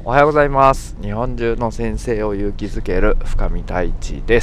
おはようございます。日本中の先生を勇気づける深見太一です。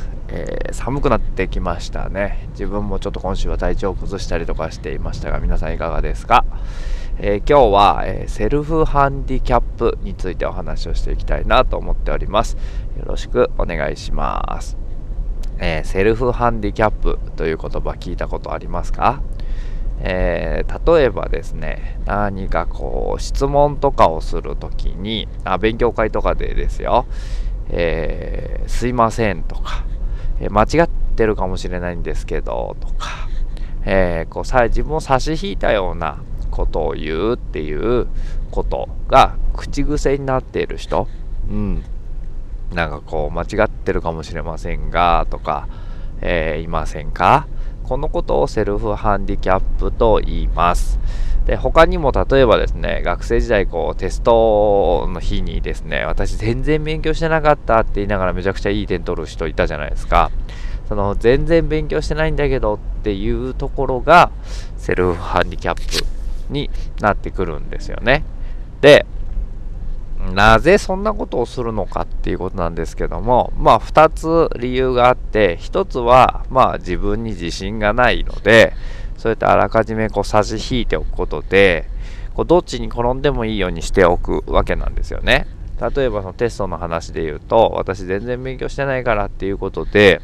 寒くなってきましたね。自分もちょっと今週は体調を崩したりとかしていましたが、皆さんいかがですか？今日は、セルフハンディキャップについてお話をしていきたいなと思っております。よろしくお願いします。セルフハンディキャップという言葉聞いたことありますか？例えばですね、何かこう質問とかをするときに勉強会とかでですよ、すいませんとか、間違ってるかもしれないんですけどとか、自分を差し引いたようなことを言うっていうことが口癖になっている人、なんかこう間違ってるかもしれませんがとか、いませんか？このことをセルフハンディキャップと言います。で、他にも例えばですね、学生時代テストの日にですね、私全然勉強してなかったって言いながらめちゃくちゃいい点取る人いたじゃないですか。その全然勉強してないんだけどっていうところがセルフハンディキャップになってくるんですよね。で、なぜそんなことをするのかっていうことなんですけども、2つ理由があって、1つは自分に自信がないので、そうやってあらかじめ差し引いておくことで、どっちに転んでもいいようにしておくわけなんですよね。例えばそのテストの話で言うと、私全然勉強してないからっていうことで、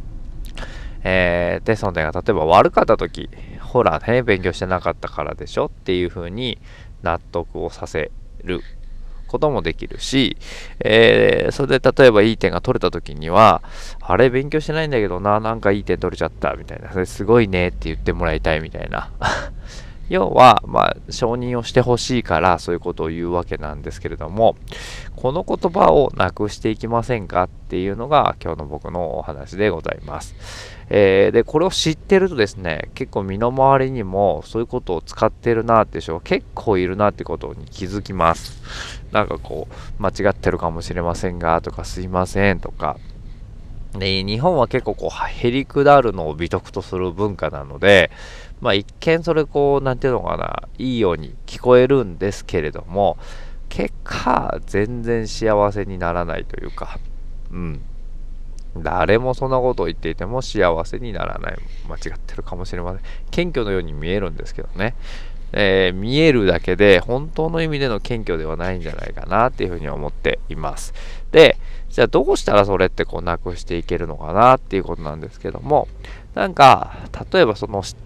テストの点が例えば悪かった時、ほらね、勉強してなかったからでしょっていう風に納得をさせることもできるし、それで例えばいい点が取れた時には、あれ勉強してないんだけどな、なんかいい点取れちゃったみたいな、それすごいねって言ってもらいたいみたいな要は承認をしてほしいからそういうことを言うわけなんですけれども、この言葉をなくしていきませんかっていうのが今日の僕のお話でございます。でこれを知ってるとですね、結構身の回りにもそういうことを使ってるなって人が結構いるなってことに気づきます。なんか間違ってるかもしれませんがとか、すいませんとか。で、日本は結構へりくだるのを美徳とする文化なので、一見それなんていうのかな、いいように聞こえるんですけれども、結果全然幸せにならないというか、誰もそんなことを言っていても幸せにならない。間違ってるかもしれません。謙虚のように見えるんですけどね。見えるだけで本当の意味での謙虚ではないんじゃないかなっていうふうに思っています。で、じゃあどうしたらそれってなくしていけるのかなっていうことなんですけども、なんか例えば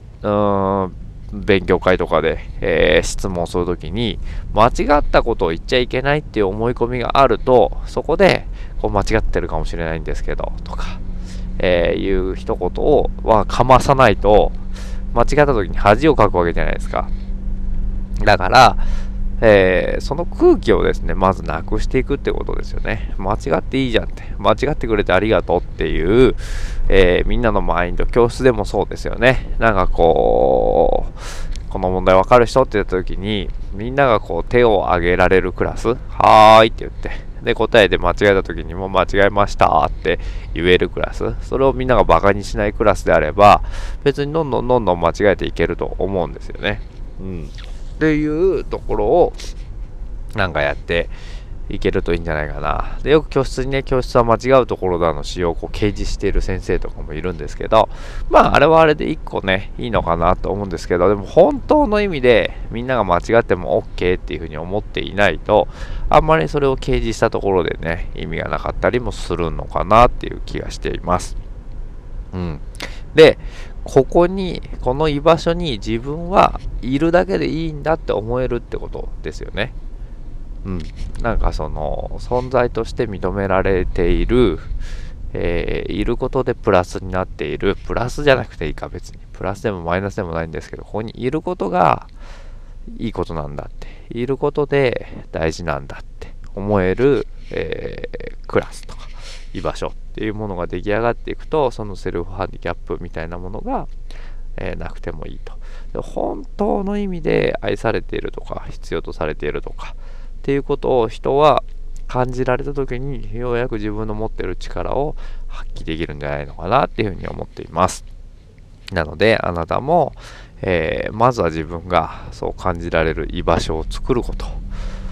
勉強会とかで、質問するときに間違ったことを言っちゃいけないっていう思い込みがあると、そこで間違ってるかもしれないんですけどとか、いう一言はかまさないと、間違った時に恥をかくわけじゃないですか。だから、その空気をですね、まずなくしていくってことですよね。間違っていいじゃんって、間違ってくれてありがとうっていう、みんなのマインド、教室でもそうですよね。なんかこの問題わかる人って言った時に、みんなが手を挙げられるクラス、はーいって言って、で答えで間違えた時にも間違えましたって言えるクラス、それをみんながバカにしないクラスであれば、別にどんどん間違えていけると思うんですよね。っていうところをなんかやっていけるといいんじゃないかな。で、よく教室は間違うところだの詩を掲示している先生とかもいるんですけど、あれはあれで一個ね、いいのかなと思うんですけど、でも本当の意味でみんなが間違っても OK っていうふうに思っていないと、あんまりそれを掲示したところでね、意味がなかったりもするのかなっていう気がしています。で、この居場所に自分はいるだけでいいんだって思えるってことですよね。なんか存在として認められている、いることでプラスになっている、プラスじゃなくていいか、別にプラスでもマイナスでもないんですけど、ここにいることがいいことなんだって、いることで大事なんだって思える、クラスとか居場所っていうものが出来上がっていくと、そのセルフハンディキャップみたいなものが、なくてもいいと。で、本当の意味で愛されているとか必要とされているとかっていうことを人は感じられた時に、ようやく自分の持っている力を発揮できるんじゃないのかなっていうふうに思っています。なのであなたも、まずは自分がそう感じられる居場所を作ること、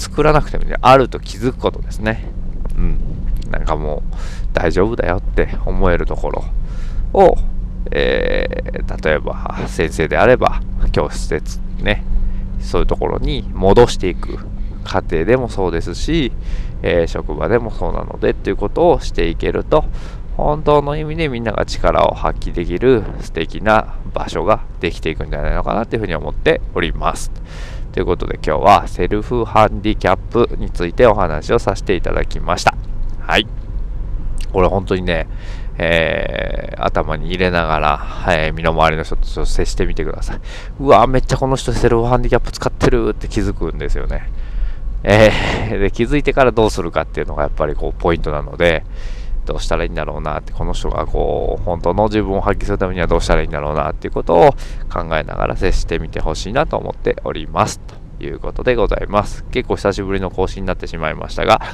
作らなくてもね、あると気づくことですね。なんかもう大丈夫だよって思えるところを、例えば先生であれば教室でね、そういうところに戻していく。家庭でもそうですし、職場でもそうなのでっていうことをしていけると、本当の意味でみんなが力を発揮できる素敵な場所ができていくんじゃないのかなというふうに思っております。ということで今日はセルフハンディキャップについてお話をさせていただきました。はい。これ本当にね、頭に入れながら、身の回りの人と接してみてください。うわ、めっちゃこの人セルフハンディキャップ使ってるって気づくんですよね。で気づいてからどうするかっていうのがやっぱりこうポイントなので、どうしたらいいんだろうなって、この人がこう本当の自分を発揮するためにはどうしたらいいんだろうなっていうことを考えながら接してみてほしいなと思っておりますということでございます。結構久しぶりの更新になってしまいましたが、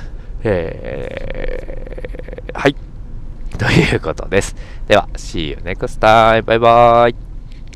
はいということです。では See you next time. バイバイ。